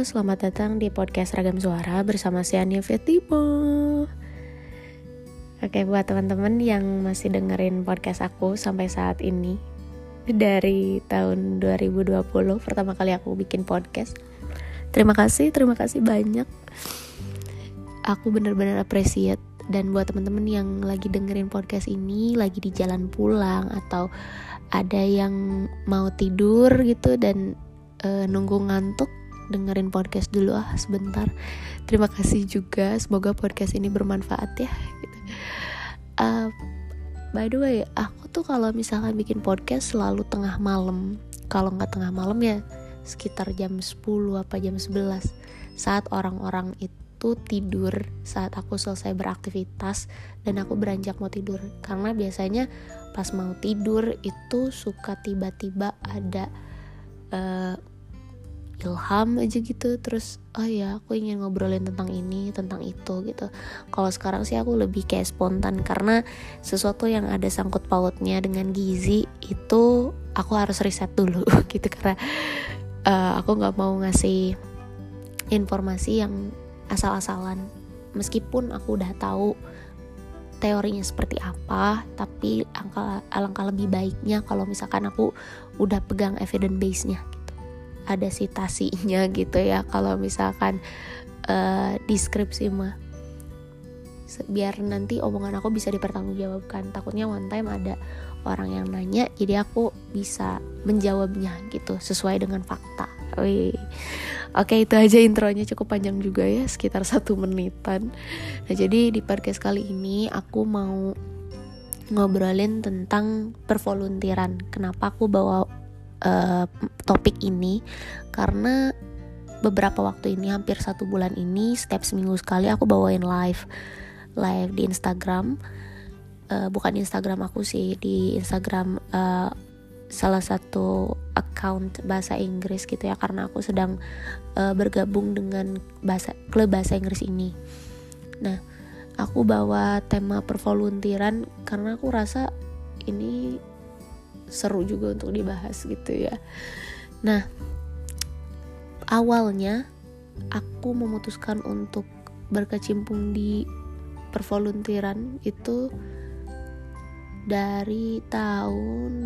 selamat datang di podcast Ragam Suara bersama Siania Fetimo. Oke, buat teman-teman yang masih dengerin podcast aku sampai saat ini, dari tahun 2020 pertama kali aku bikin podcast. Terima kasih banyak. Aku benar-benar appreciate. Dan buat teman-teman yang lagi dengerin podcast ini, lagi di jalan pulang atau ada yang mau tidur gitu dan nunggu ngantuk, dengerin podcast dulu sebentar. Terima kasih juga, semoga podcast ini bermanfaat ya gitu. By the way, aku tuh kalau misalkan bikin podcast selalu tengah malam. Kalau nggak tengah malam ya sekitar jam 10 apa jam 11, saat orang-orang itu tidur, saat aku selesai beraktivitas dan aku beranjak mau tidur. Karena biasanya pas mau tidur itu suka tiba-tiba ada ilham aja gitu, terus oh ya aku ingin ngobrolin tentang ini, tentang itu gitu. Kalau sekarang sih aku lebih kayak spontan, karena sesuatu yang ada sangkut pautnya dengan gizi itu aku harus riset dulu gitu, karena aku nggak mau ngasih informasi yang asal-asalan. Meskipun aku udah tahu teorinya seperti apa, tapi alangkah lebih baiknya kalau misalkan aku udah pegang evidence base-nya gitu. Ada citasinya gitu ya, kalau misalkan deskripsi mah, biar nanti omongan aku bisa dipertanggungjawabkan. Takutnya one time ada orang yang nanya, jadi aku bisa menjawabnya gitu sesuai dengan fakta. Oke, itu aja intronya, cukup panjang juga ya, sekitar 1 menitan. Nah, jadi di podcast kali ini aku mau ngobrolin tentang pervoluntiran. Kenapa aku bawa topik ini? Karena beberapa waktu ini, hampir 1 bulan ini, setiap seminggu sekali aku bawain live di Instagram. Bukan Instagram aku sih, di Instagram salah satu account bahasa Inggris gitu ya, karena aku sedang bergabung dengan klub bahasa Inggris ini. Nah, aku bawa tema pervoluntiran karena aku rasa ini seru juga untuk dibahas gitu ya. Nah, awalnya aku memutuskan untuk berkecimpung di pervoluntiran itu dari tahun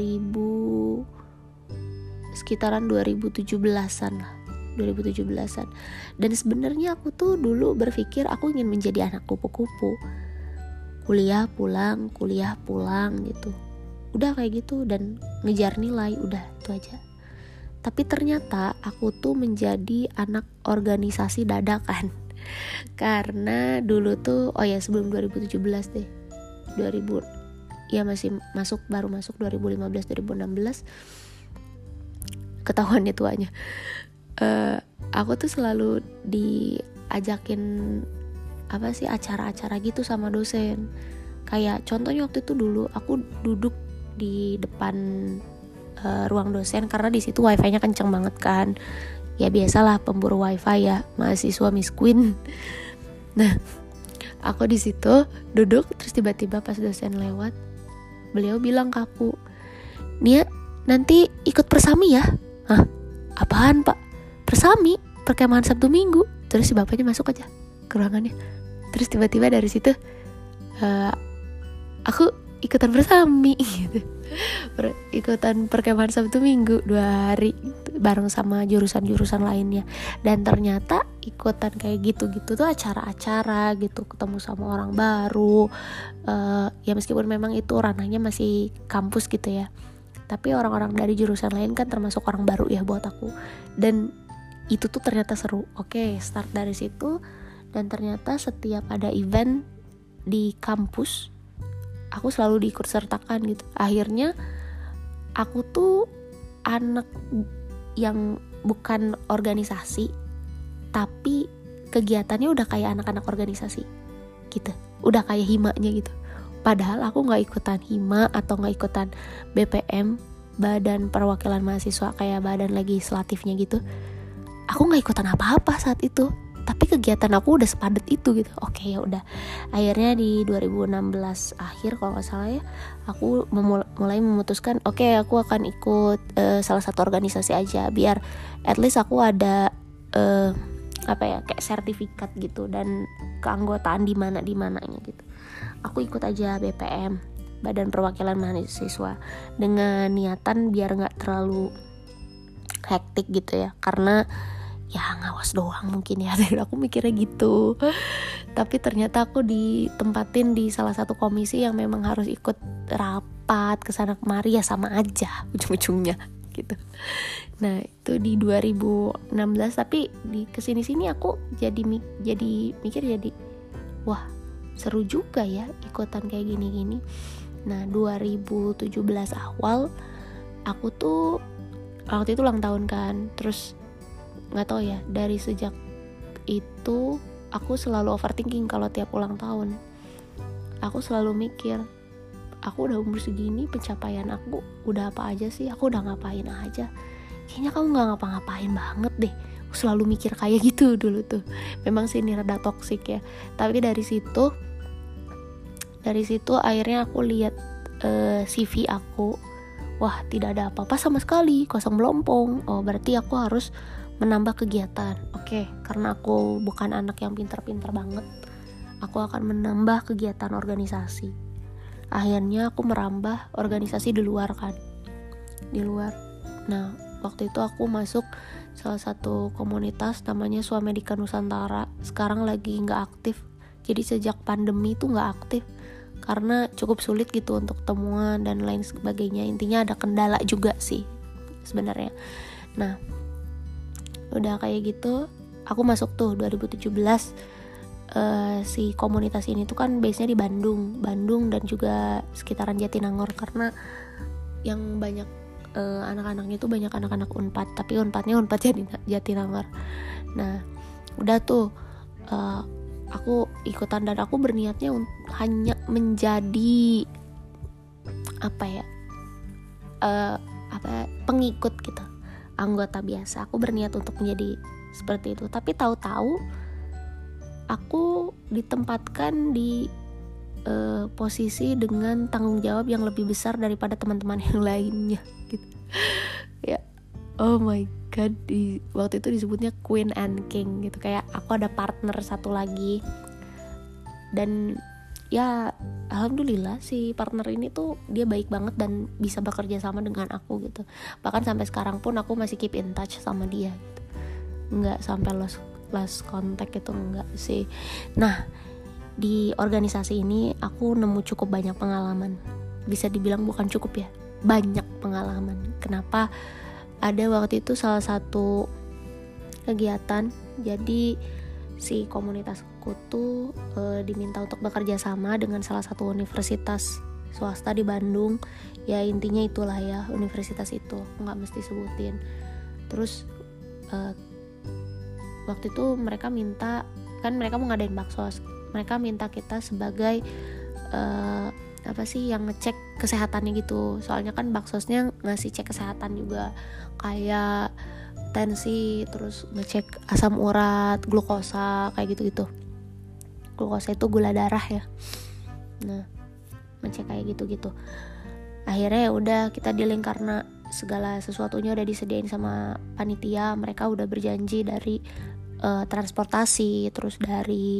sekitaran 2017-an lah, 2017-an. Dan sebenarnya aku tuh dulu berpikir aku ingin menjadi anak kupu-kupu, kuliah pulang gitu, udah kayak gitu, dan ngejar nilai, udah itu aja. Tapi ternyata aku tuh menjadi anak organisasi dadakan. Karena dulu tuh, sebelum 2017 deh, baru masuk 2015-2016, ketahuan deh tuanya. Aku tuh selalu diajakin acara-acara gitu sama dosen. Kayak contohnya waktu itu dulu aku duduk di depan ruang dosen, karena di situ wifi-nya kenceng banget kan. Ya biasalah pemburu wifi ya, mahasiswa Miss Queen. Nah, aku di situ duduk, terus tiba-tiba pas dosen lewat, beliau bilang ke aku, "Nia, nanti ikut persami ya." "Hah? Apaan, Pak?" "Persami, perkemahan Sabtu Minggu." Terus si bapaknya masuk aja ke ruangannya. Terus tiba-tiba dari situ aku ikutan bersami gitu. Ikutan perkemahan Sabtu Minggu 2 hari bareng sama jurusan-jurusan lainnya. Dan ternyata ikutan kayak gitu-gitu tuh acara-acara gitu, ketemu sama orang baru. Ya meskipun memang itu ranahnya masih kampus gitu ya, tapi orang-orang dari jurusan lain kan termasuk orang baru ya buat aku. Dan itu tuh ternyata seru. Oke, start dari situ. Dan ternyata setiap ada event di kampus, aku selalu diikut sertakan gitu. Akhirnya aku tuh anak yang bukan organisasi, tapi kegiatannya udah kayak anak-anak organisasi gitu, udah kayak himanya gitu. Padahal aku gak ikutan hima atau gak ikutan BPM, Badan Perwakilan Mahasiswa, kayak badan legislatifnya gitu. Aku gak ikutan apa-apa saat itu, tapi kegiatan aku udah sepadat itu gitu. Oke, ya udah. Akhirnya di 2016 akhir kalau nggak salah ya, aku mulai memutuskan, oke, aku akan ikut salah satu organisasi aja, biar at least aku ada kayak sertifikat gitu dan keanggotaan di mananya gitu. Aku ikut aja BPM, Badan Perwakilan Mahasiswa, dengan niatan biar nggak terlalu hektik gitu ya, karena ya ngawas doang mungkin ya. Dan aku mikirnya gitu. Tapi ternyata aku ditempatin di salah satu komisi yang memang harus ikut rapat kesana kemari, ya sama aja ujung-ujungnya gitu. Nah itu di 2016, tapi di kesini-sini aku jadi mikir jadi wah seru juga ya ikutan kayak gini-gini. Nah 2017 awal aku tuh waktu itu ulang tahun kan, terus nggak tahu ya, dari sejak itu aku selalu overthinking kalau tiap ulang tahun. Aku selalu mikir, aku udah umur segini, pencapaian aku udah apa aja sih, aku udah ngapain aja. Kayaknya kamu gak ngapa-ngapain banget deh. Aku selalu mikir kayak gitu dulu tuh. Memang sih ini rada toksik ya. Tapi dari situ akhirnya aku lihat CV aku. Wah tidak ada apa-apa sama sekali, kosong melompong. Oh berarti aku harus menambah kegiatan. Oke, karena aku bukan anak yang pintar-pintar banget, aku akan menambah kegiatan organisasi. Akhirnya aku merambah organisasi di luar kan. Di luar. Nah waktu itu aku masuk salah satu komunitas namanya Swamedika Nusantara. Sekarang lagi gak aktif. Jadi sejak pandemi itu gak aktif karena cukup sulit gitu untuk temuan dan lain sebagainya. Intinya ada kendala juga sih sebenarnya. Nah udah kayak gitu aku masuk tuh 2017. Si komunitas ini tuh kan base-nya di Bandung dan juga sekitaran Jatinangor, karena yang banyak anak-anaknya tuh banyak anak-anak Unpad, tapi Unpadnya Jatinangor. Nah udah tuh aku ikutan dan aku berniatnya hanya menjadi pengikut gitu, anggota biasa. Aku berniat untuk menjadi seperti itu, tapi tahu-tahu aku ditempatkan di posisi dengan tanggung jawab yang lebih besar daripada teman-teman yang lainnya gitu. Ya, oh my god, waktu itu disebutnya Queen and King gitu. Kayak aku ada partner satu lagi, dan ya alhamdulillah si partner ini tuh dia baik banget dan bisa bekerja sama dengan aku gitu. Bahkan sampai sekarang pun aku masih keep in touch sama dia gitu. Nggak sampai lost contact itu enggak sih. Nah di organisasi ini aku nemu cukup banyak pengalaman. Bisa dibilang bukan cukup ya, banyak pengalaman. Kenapa? Ada waktu itu salah satu kegiatan, jadi si komunitasku tuh diminta untuk bekerja sama dengan salah satu universitas swasta di Bandung. Ya intinya itulah ya, universitas itu, aku gak mesti sebutin. Terus waktu itu mereka minta, kan mereka mau ngadain baksos, mereka minta kita sebagai yang ngecek kesehatannya gitu. Soalnya kan baksosnya ngasih cek kesehatan juga, kayak tensi, terus ngecek asam urat, glukosa, kayak gitu-gitu. Glukosa itu gula darah ya. Nah, ngecek kayak gitu-gitu. Akhirnya ya udah kita dealing karena segala sesuatunya udah disediain sama panitia. Mereka udah berjanji dari transportasi, terus dari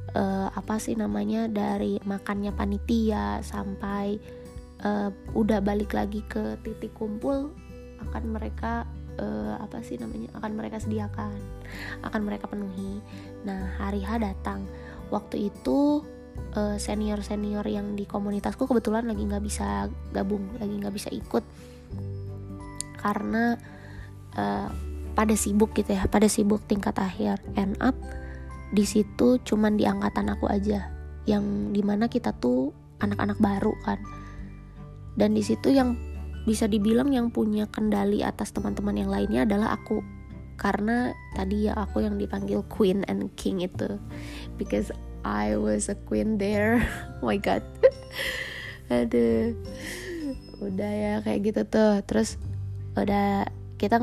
dari makannya panitia sampai udah balik lagi ke titik kumpul akan mereka akan mereka sediakan, akan mereka penuhi. Nah hari H datang, waktu itu senior yang di komunitasku kebetulan lagi nggak bisa gabung, lagi nggak bisa ikut karena pada sibuk gitu ya, pada sibuk tingkat akhir. End up di situ cuman di angkatan aku aja, yang dimana kita tuh anak-anak baru kan, dan di situ yang bisa dibilang yang punya kendali atas teman-teman yang lainnya adalah aku, karena tadi ya aku yang dipanggil Queen and King itu, because I was a queen there. Oh my god. Aduh, udah ya kayak gitu tuh. Terus udah kita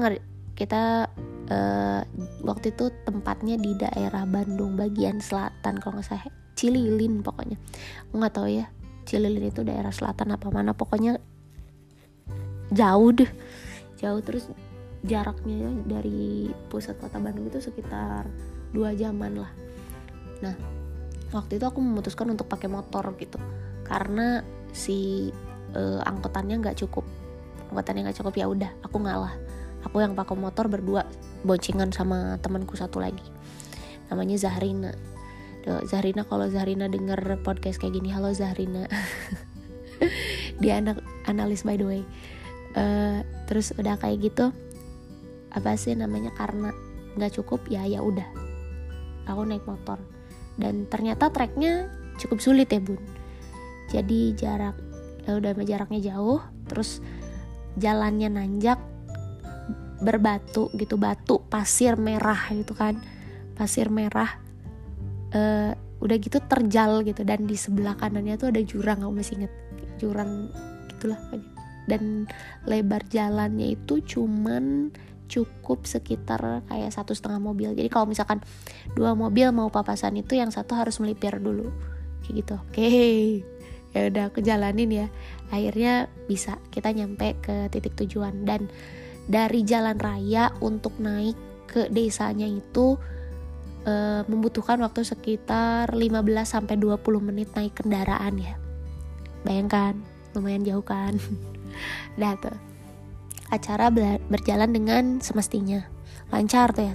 waktu itu tempatnya di daerah Bandung bagian selatan kalau nggak salah, Cililin pokoknya. Aku nggak tahu ya Cililin itu daerah selatan apa mana, pokoknya jauh. Terus jaraknya dari pusat kota Bandung itu sekitar 2 jaman lah. Nah waktu itu aku memutuskan untuk pakai motor gitu karena si angkutannya nggak cukup. Ya udah aku ngalah, aku yang pakai motor berdua boncengan sama temanku satu lagi namanya Zahrina. Zahrina, kalau Zahrina denger podcast kayak gini, halo Zahrina. Dia anak analis by the way. Terus udah kayak gitu, apa sih namanya, karena nggak cukup ya udah aku naik motor. Dan ternyata treknya cukup sulit ya bun. Jadi jaraknya jauh, terus jalannya nanjak, berbatu gitu, batu pasir merah gitu kan, pasir merah. Udah gitu terjal gitu, dan di sebelah kanannya tuh ada jurang, aku masih inget jurang gitulah. Dan lebar jalannya itu cuman cukup sekitar kayak 1,5 mobil. Jadi kalau misalkan 2 mobil mau papasan itu yang satu harus melipir dulu kayak gitu. Oke, ya udah aku jalanin ya. Akhirnya bisa, kita nyampe ke titik tujuan. Dan dari jalan raya untuk naik ke desanya itu membutuhkan waktu sekitar 15-20 menit naik kendaraan ya. Bayangkan, lumayan jauh kan. Dah tuh, acara berjalan dengan semestinya, lancar tuh ya,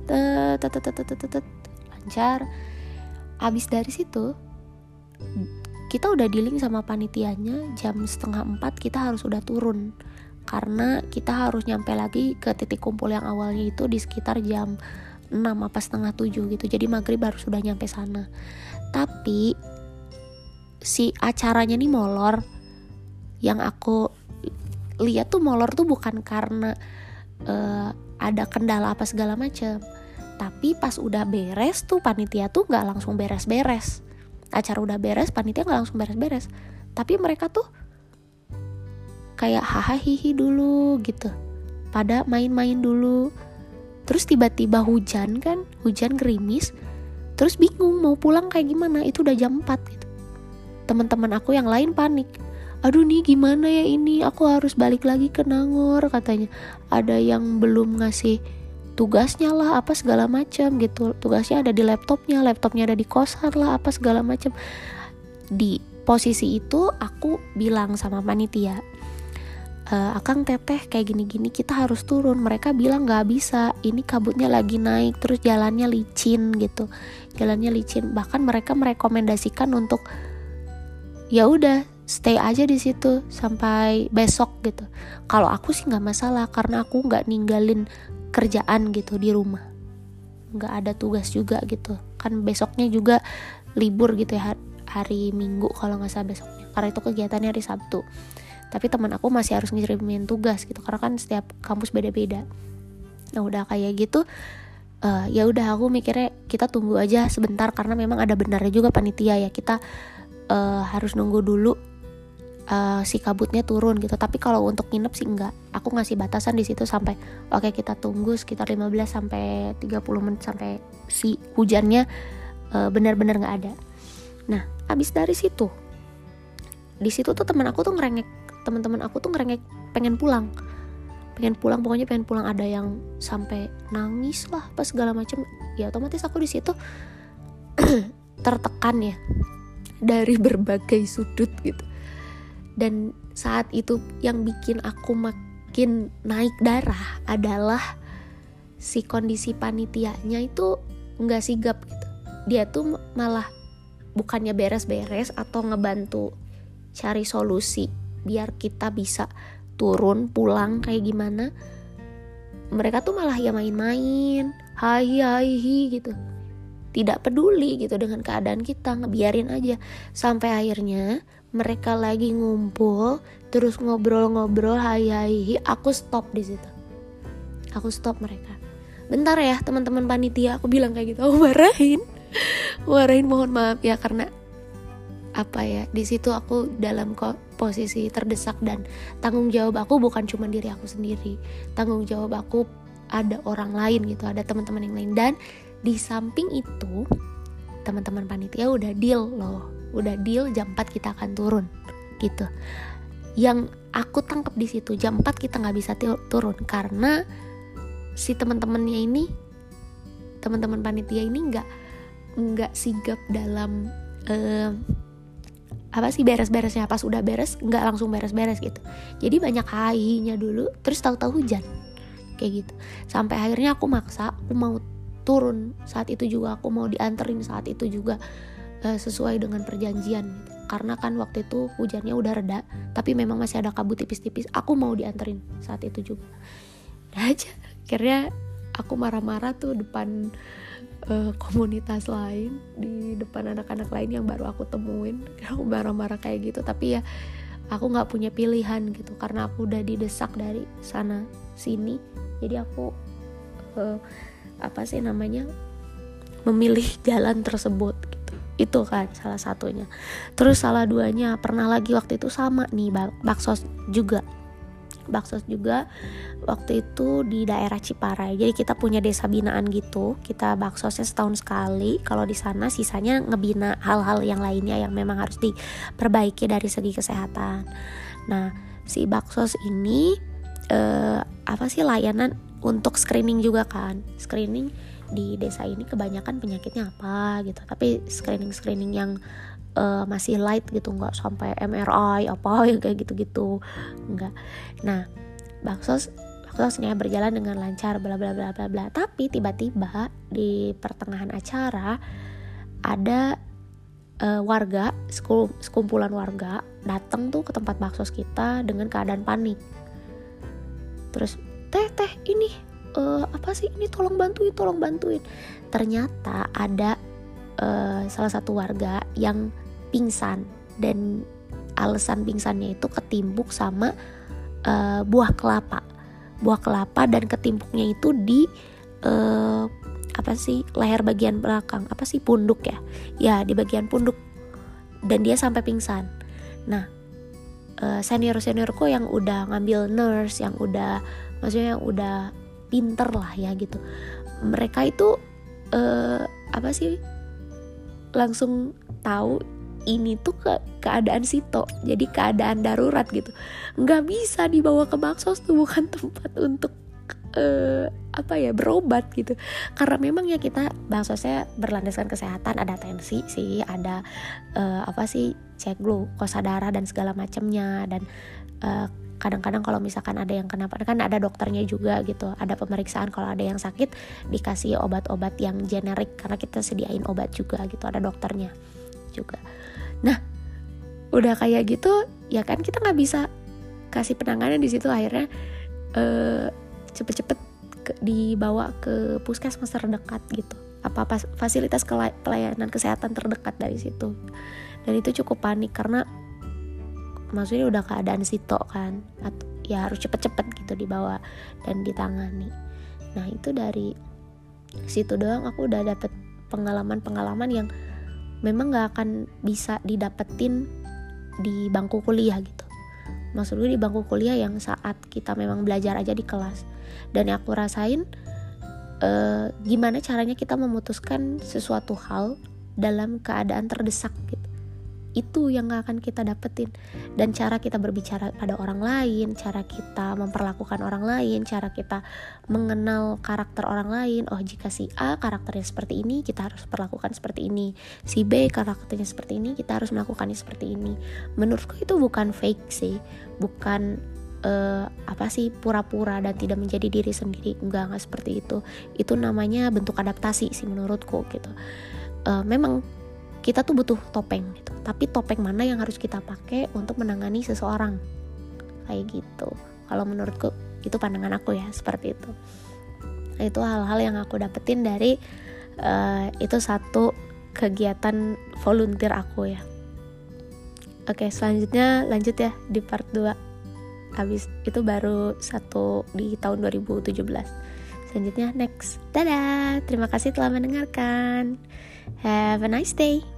lancar. Abis dari situ kita udah dealing sama panitianya, jam 3:30 kita harus udah turun karena kita harus nyampe lagi ke titik kumpul yang awalnya itu di sekitar jam 6 apa 6:30 gitu. Jadi maghrib baru sudah nyampe sana. Tapi si acaranya nih molor. Yang aku lihat tuh molor tuh bukan karena ada kendala apa segala macam, tapi pas udah beres tuh panitia tuh nggak langsung beres-beres. Acara udah beres, panitia nggak langsung beres-beres, tapi mereka tuh kayak hahaha dulu gitu, pada main-main dulu. Terus tiba-tiba hujan kan, hujan gerimis, terus bingung mau pulang kayak gimana. Itu udah jam 4 gitu. Teman-teman aku yang lain panik, aduh nih gimana ya ini, aku harus balik lagi ke Nangor katanya. Ada yang belum ngasih tugasnya lah apa segala macam gitu, tugasnya ada di laptopnya ada di kosan lah apa segala macam. Di posisi itu aku bilang sama panitia, Akang teteh kayak gini-gini kita harus turun. Mereka bilang nggak bisa, ini kabutnya lagi naik, terus jalannya licin gitu, bahkan mereka merekomendasikan untuk ya udah stay aja di situ sampai besok gitu. Kalau aku sih nggak masalah karena aku nggak ninggalin kerjaan gitu di rumah, nggak ada tugas juga gitu kan, besoknya juga libur gitu ya, hari Minggu kalau nggak salah besoknya, karena itu kegiatannya hari Sabtu. Tapi teman aku masih harus ngirimin tugas gitu karena kan setiap kampus beda-beda. Nah udah kayak gitu, ya udah aku mikirnya kita tunggu aja sebentar karena memang ada benarnya juga panitia ya, kita harus nunggu dulu si kabutnya turun gitu. Tapi kalau untuk nginep sih enggak, aku ngasih batasan di situ sampai oke, kita tunggu sekitar 15-30 menit sampai si hujannya benar-benar nggak ada. Nah abis dari situ, di situ tuh teman-teman aku tuh ngerengek pengen pulang, pokoknya pengen pulang. Ada yang sampai nangis lah pas segala macam. Ya otomatis aku di situ tertekan ya dari berbagai sudut gitu. Dan saat itu yang bikin aku makin naik darah adalah si kondisi panitianya itu nggak sigap gitu. Dia tuh malah bukannya beres-beres atau ngebantu cari solusi biar kita bisa turun pulang kayak gimana, mereka tuh malah ya main-main, hai gitu, tidak peduli gitu dengan keadaan kita, ngebiarin aja. Sampai akhirnya mereka lagi ngumpul terus ngobrol-ngobrol hai, aku stop di situ. Aku stop mereka. Bentar ya teman-teman panitia, aku bilang kayak gitu. Aku marahin mohon maaf ya, karena apa ya, di situ aku dalam posisi terdesak dan tanggung jawab aku bukan cuma diri aku sendiri, tanggung jawab aku ada orang lain gitu, ada teman-teman yang lain. Dan di samping itu teman-teman panitia udah deal jam 4 kita akan turun gitu. Yang aku tangkap di situ jam 4 kita nggak bisa turun karena si teman-teman panitia ini nggak sigap dalam beres-beresnya. Pas udah beres nggak langsung beres-beres gitu, jadi banyak hai-nya dulu, terus tahu-tahu hujan kayak gitu. Sampai akhirnya aku maksa, aku mau turun saat itu juga, aku mau dianterin saat itu juga, sesuai dengan perjanjian gitu. Karena kan waktu itu hujannya udah reda, tapi memang masih ada kabut tipis-tipis, aku mau dianterin saat itu juga. Udah aja, akhirnya aku marah-marah tuh depan komunitas lain, di depan anak-anak lain yang baru aku temuin. Aku marah-marah kayak gitu, tapi ya aku nggak punya pilihan gitu, karena aku udah didesak dari sana sini. Jadi aku memilih jalan tersebut gitu. Itu kan salah satunya. Terus salah duanya pernah lagi waktu itu sama nih, baksos juga waktu itu di daerah Ciparai. Jadi kita punya desa binaan gitu, kita baksosnya setahun sekali. Kalau di sana sisanya ngebina hal-hal yang lainnya yang memang harus diperbaiki dari segi kesehatan. Nah, si baksos ini layanan untuk screening juga kan. Screening di desa ini kebanyakan penyakitnya apa gitu, tapi screening yang masih light gitu, nggak sampai MRI apa yang kayak gitu-gitu, nggak. Nah, baksosnya berjalan dengan lancar, bla bla bla bla bla. Tapi tiba-tiba di pertengahan acara ada warga, sekumpulan warga datang tuh ke tempat baksos kita dengan keadaan panik. Terus teh ini ini tolong bantuin. Ternyata ada salah satu warga yang pingsan, dan alasan pingsannya itu ketimbuk sama buah kelapa dan ketimbuknya itu di leher bagian belakang, punduk ya di bagian punduk, dan dia sampai pingsan. Nah, seniorku yang udah ngambil nurse, yang udah pinter lah ya gitu, mereka itu langsung tahu ini tuh keadaan sito, jadi keadaan darurat gitu, nggak bisa dibawa ke baksos tuh, bukan tempat untuk berobat gitu. Karena memang ya kita baksosnya berlandaskan kesehatan, ada tensi sih, ada cek glukosa darah dan segala macamnya, dan kadang-kadang kalau misalkan ada yang kenapa, kan ada dokternya juga gitu, ada pemeriksaan. Kalau ada yang sakit dikasih obat-obat yang generik, karena kita sediain obat juga gitu, ada dokternya juga. Nah, udah kayak gitu ya kan, kita nggak bisa kasih penanganan di situ. Akhirnya cepet-cepet dibawa ke puskesmas terdekat gitu, apa fasilitas pelayanan kesehatan terdekat dari situ. Dan itu cukup panik karena maksudnya udah keadaan sito kan, ya harus cepet-cepet gitu dibawa dan ditangani. Nah, itu dari situ doang aku udah dapet pengalaman yang memang gak akan bisa didapetin di bangku kuliah gitu. Maksud gue di bangku kuliah yang saat kita memang belajar aja di kelas. Dan yang aku rasain gimana caranya kita memutuskan sesuatu hal dalam keadaan terdesak gitu. Itu yang gak akan kita dapetin. Dan cara kita berbicara pada orang lain, cara kita memperlakukan orang lain, cara kita mengenal karakter orang lain. Oh, jika si A karakternya seperti ini, kita harus perlakukan seperti ini. Si B karakternya seperti ini, kita harus melakukannya seperti ini. Menurutku itu bukan fake sih, bukan pura-pura dan tidak menjadi diri sendiri. Enggak seperti itu. Itu namanya bentuk adaptasi sih menurutku gitu. Memang kita tuh butuh topeng gitu, tapi topeng mana yang harus kita pakai untuk menangani seseorang, kayak gitu. Kalau menurutku itu pandangan aku ya, seperti itu. Nah, itu hal-hal yang aku dapetin dari itu satu kegiatan volunteer aku ya. Oke, selanjutnya lanjut ya di part 2. Habis itu baru satu di tahun 2017. Selanjutnya next. Dadah, terima kasih telah mendengarkan. Have a nice day.